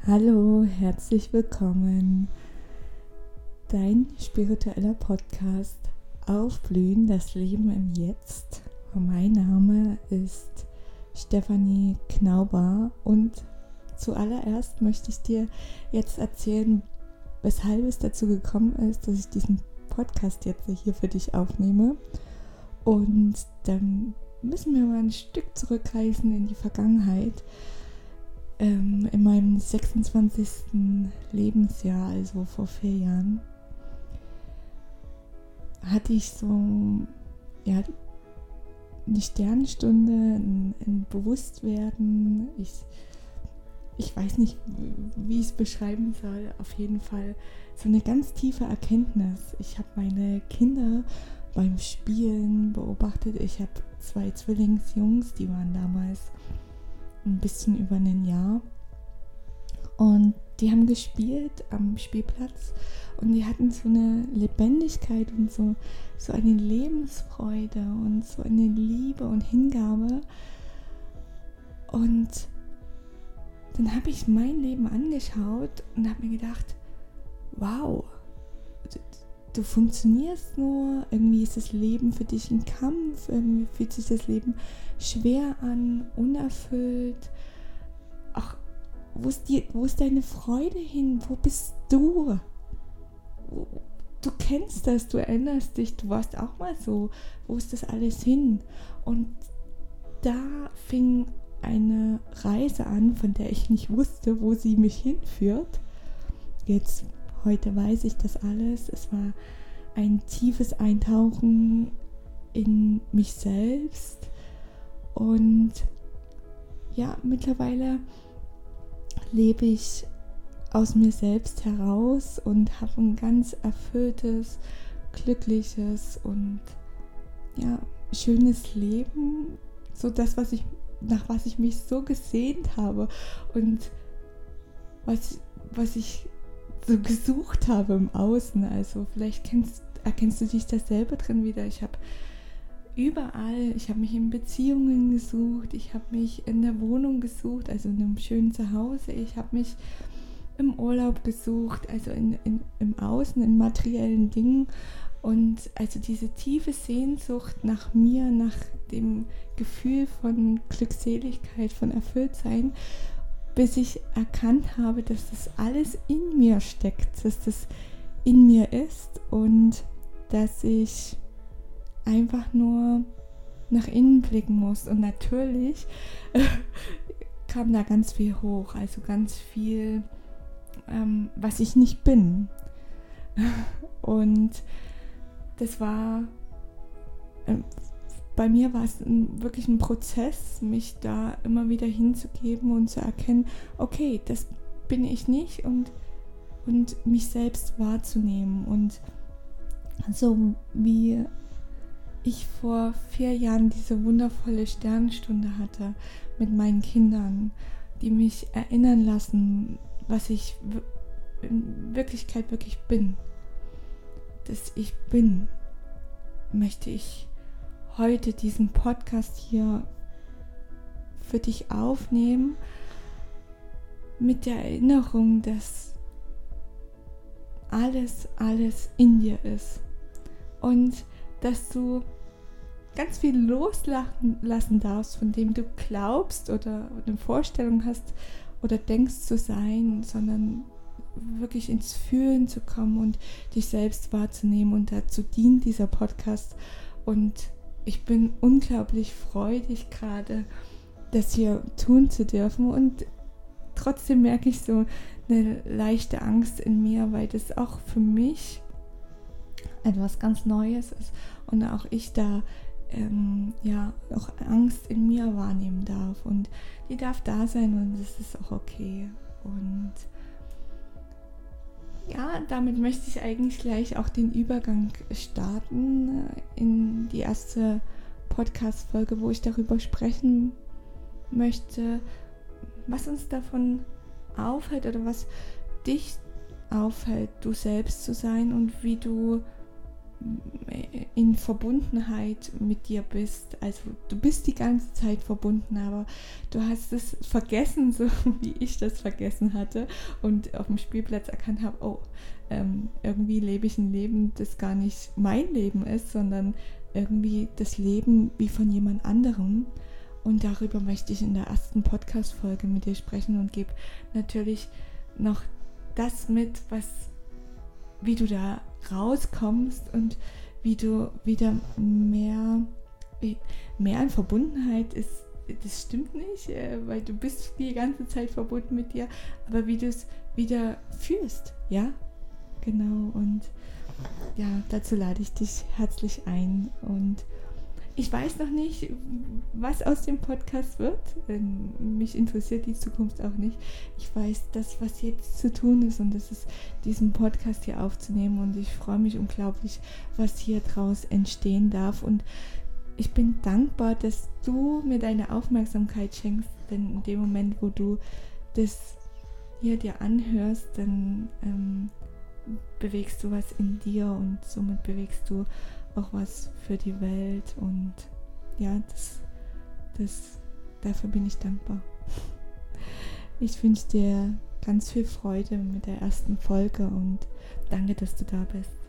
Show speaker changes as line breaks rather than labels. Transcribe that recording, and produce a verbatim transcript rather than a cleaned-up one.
Hallo, herzlich willkommen. Dein spiritueller Podcast Aufblühen, das Leben im Jetzt. Mein Name ist Stefanie Knauber und zuallererst möchte ich dir jetzt erzählen, weshalb es dazu gekommen ist, dass ich diesen Podcast jetzt hier für dich aufnehme. Und dann müssen wir mal ein Stück zurückreisen in die Vergangenheit. Ähm, in meinem sechsundzwanzigsten Lebensjahr, also vor vier Jahren, hatte ich so ja, eine Sternstunde, ein, ein Bewusstwerden. Ich, ich weiß nicht, wie ich es beschreiben soll. Auf jeden Fall so eine ganz tiefe Erkenntnis. Ich habe meine Kinder beim Spielen beobachtet. Ich habe zwei Zwillingsjungs, die waren damals ein bisschen über ein Jahr, und die haben gespielt am Spielplatz und die hatten so eine Lebendigkeit und so, so eine Lebensfreude und so eine Liebe und Hingabe. Und dann habe ich mein Leben angeschaut und habe mir gedacht, wow, du, du funktionierst nur, irgendwie ist das Leben für dich ein Kampf, irgendwie fühlt sich das Leben schwer an, unerfüllt. Ach, wo ist, die, wo ist deine Freude hin? Wo bist du? Du kennst das, du erinnerst dich, du warst auch mal so. Wo ist das alles hin? Und da fing eine Reise an, von der ich nicht wusste, wo sie mich hinführt. Jetzt, heute weiß ich das alles. Es war ein tiefes Eintauchen in mich selbst. Und ja, mittlerweile lebe ich aus mir selbst heraus und habe ein ganz erfülltes, glückliches und ja, schönes Leben. So das, was ich, nach was ich mich so gesehnt habe und was, was ich so gesucht habe im Außen. Also vielleicht kennst, erkennst du dich da selber drin wieder. Ich habe überall, ich habe mich in Beziehungen gesucht, ich habe mich in der Wohnung gesucht, also in einem schönen Zuhause, ich habe mich im Urlaub gesucht, also in, in, im Außen, in materiellen Dingen. Und also diese tiefe Sehnsucht nach mir, nach dem Gefühl von Glückseligkeit, von Erfülltsein, bis ich erkannt habe, dass das alles in mir steckt, dass das in mir ist und dass ich einfach nur nach innen blicken muss. Und natürlich äh, kam da ganz viel hoch, also ganz viel, ähm, was ich nicht bin. Und das war, äh, bei mir war es ein, wirklich ein Prozess, mich da immer wieder hinzugeben und zu erkennen, okay, das bin ich nicht, und, und mich selbst wahrzunehmen. Und so wie ich vor vier Jahren diese wundervolle Sternstunde hatte mit meinen Kindern, die mich erinnern lassen, was ich in Wirklichkeit wirklich bin. Dass ich bin, möchte ich heute diesen Podcast hier für dich aufnehmen mit der Erinnerung, dass alles, alles in dir ist und dass du ganz viel loslassen darfst, von dem du glaubst oder eine Vorstellung hast oder denkst zu sein, sondern wirklich ins Fühlen zu kommen und dich selbst wahrzunehmen. Und dazu dient dieser Podcast. Und ich bin unglaublich freudig gerade, das hier tun zu dürfen. Und trotzdem merke ich so eine leichte Angst in mir, weil das auch für mich etwas ganz Neues ist und auch ich da ähm, ja auch Angst in mir wahrnehmen darf, und die darf da sein und das ist auch okay. Und ja, damit möchte ich eigentlich gleich auch den Übergang starten in die erste Podcast-Folge, wo ich darüber sprechen möchte, was uns davon aufhält oder was dich aufhält, du selbst zu sein, und wie du in Verbundenheit mit dir bist. Also du bist die ganze Zeit verbunden, aber du hast es vergessen, so wie ich das vergessen hatte und auf dem Spielplatz erkannt habe, oh, ähm, irgendwie lebe ich ein Leben, das gar nicht mein Leben ist, sondern irgendwie das Leben wie von jemand anderem. Und darüber möchte ich in der ersten Podcast-Folge mit dir sprechen und gebe natürlich noch das mit, was wie du da rauskommst und wie du wieder mehr, mehr in Verbundenheit ist. Das stimmt nicht, weil du bist die ganze Zeit verbunden mit dir, aber wie du es wieder fühlst, ja? Genau, und ja, dazu lade ich dich herzlich ein und ich weiß noch nicht, was aus dem Podcast wird. Mich interessiert die Zukunft auch nicht. Ich weiß, das, was jetzt zu tun ist, und das ist, diesen Podcast hier aufzunehmen. Und ich freue mich unglaublich, was hier draus entstehen darf. Und ich bin dankbar, dass du mir deine Aufmerksamkeit schenkst. Denn in dem Moment, wo du das hier dir anhörst, dann ähm, bewegst du was in dir und somit bewegst du auch was für die Welt und ja, das, das, dafür bin ich dankbar. Ich wünsche dir ganz viel Freude mit der ersten Folge und danke, dass du da bist.